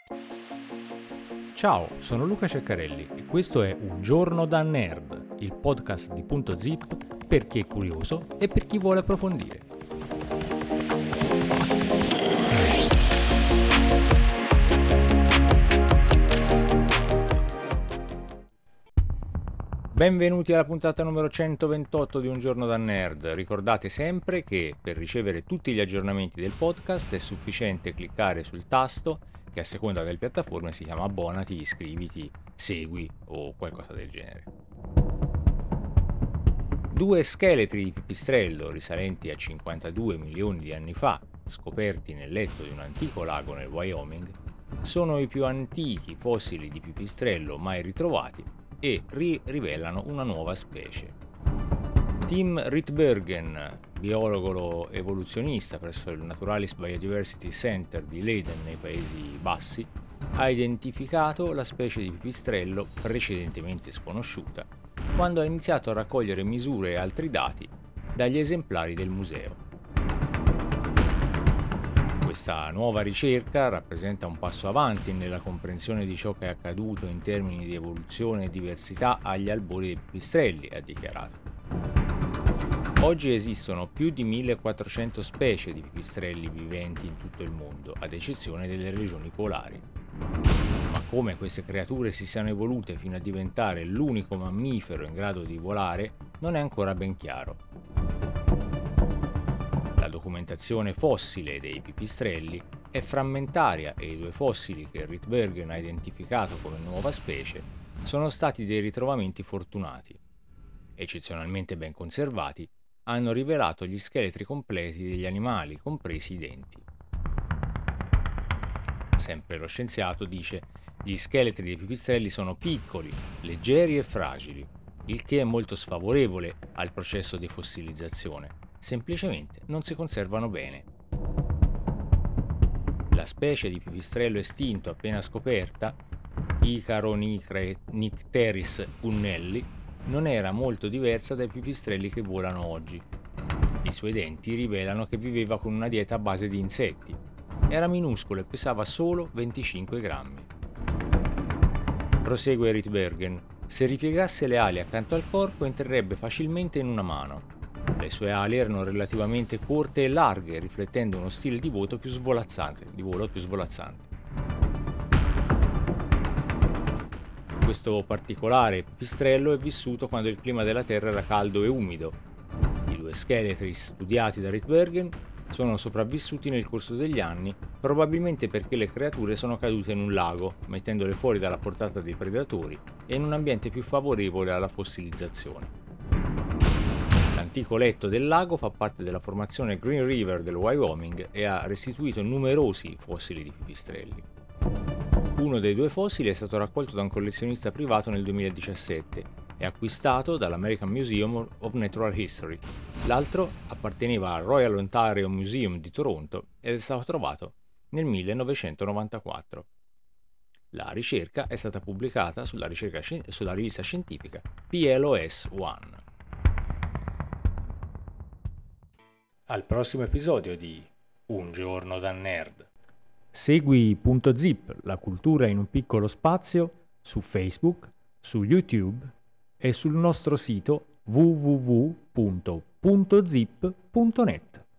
Ciao, sono Luca Ceccarelli e questo è Un giorno da nerd, il podcast di Punto Zip per chi è curioso e per chi vuole approfondire. Benvenuti alla puntata numero 128 di Un giorno da nerd. Ricordate sempre che per ricevere tutti gli aggiornamenti del podcast è sufficiente cliccare sul tasto che a seconda delle piattaforme si chiama abbonati, iscriviti, segui o qualcosa del genere. Due scheletri di pipistrello risalenti a 52 milioni di anni fa, scoperti nel letto di un antico lago nel Wyoming, sono i più antichi fossili di pipistrello mai ritrovati e rivelano una nuova specie. Tim Ritbergen, biologo evoluzionista presso il Naturalis Biodiversity Center di Leiden nei Paesi Bassi, ha identificato la specie di pipistrello precedentemente sconosciuta quando ha iniziato a raccogliere misure e altri dati dagli esemplari del museo. Questa nuova ricerca rappresenta un passo avanti nella comprensione di ciò che è accaduto in termini di evoluzione e diversità agli albori dei pipistrelli, ha dichiarato. Oggi esistono più di 1400 specie di pipistrelli viventi in tutto il mondo, ad eccezione delle regioni polari. Ma come queste creature si siano evolute fino a diventare l'unico mammifero in grado di volare non è ancora ben chiaro. La documentazione fossile dei pipistrelli è frammentaria e i due fossili che Ritbergen ha identificato come nuova specie sono stati dei ritrovamenti fortunati. Eccezionalmente ben conservati, hanno rivelato gli scheletri completi degli animali, compresi i denti. Sempre lo scienziato dice: gli scheletri dei pipistrelli sono piccoli, leggeri e fragili, il che è molto sfavorevole al processo di fossilizzazione, semplicemente non si conservano bene. La specie di pipistrello estinto appena scoperta, Icaronicteris unnelli, non era molto diversa dai pipistrelli che volano oggi. I suoi denti rivelano che viveva con una dieta a base di insetti. Era minuscolo e pesava solo 25 grammi. Prosegue Ritbergen: se ripiegasse le ali accanto al corpo entrerebbe facilmente in una mano. Le sue ali erano relativamente corte e larghe, riflettendo uno stile di volo più svolazzante. Questo particolare pipistrello è vissuto quando il clima della Terra era caldo e umido. I due scheletri studiati da Ritbergen sono sopravvissuti nel corso degli anni, probabilmente perché le creature sono cadute in un lago, mettendole fuori dalla portata dei predatori e in un ambiente più favorevole alla fossilizzazione. L'antico letto del lago fa parte della formazione Green River del Wyoming e ha restituito numerosi fossili di pipistrelli. Uno dei due fossili è stato raccolto da un collezionista privato nel 2017 e acquistato dall'American Museum of Natural History. L'altro apparteneva al Royal Ontario Museum di Toronto ed è stato trovato nel 1994. La ricerca è stata pubblicata sulla rivista scientifica PLOS One. Al prossimo episodio di Un giorno da nerd. Segui Punto Zip, la cultura in un piccolo spazio, su Facebook, su YouTube e sul nostro sito www.puntozip.net.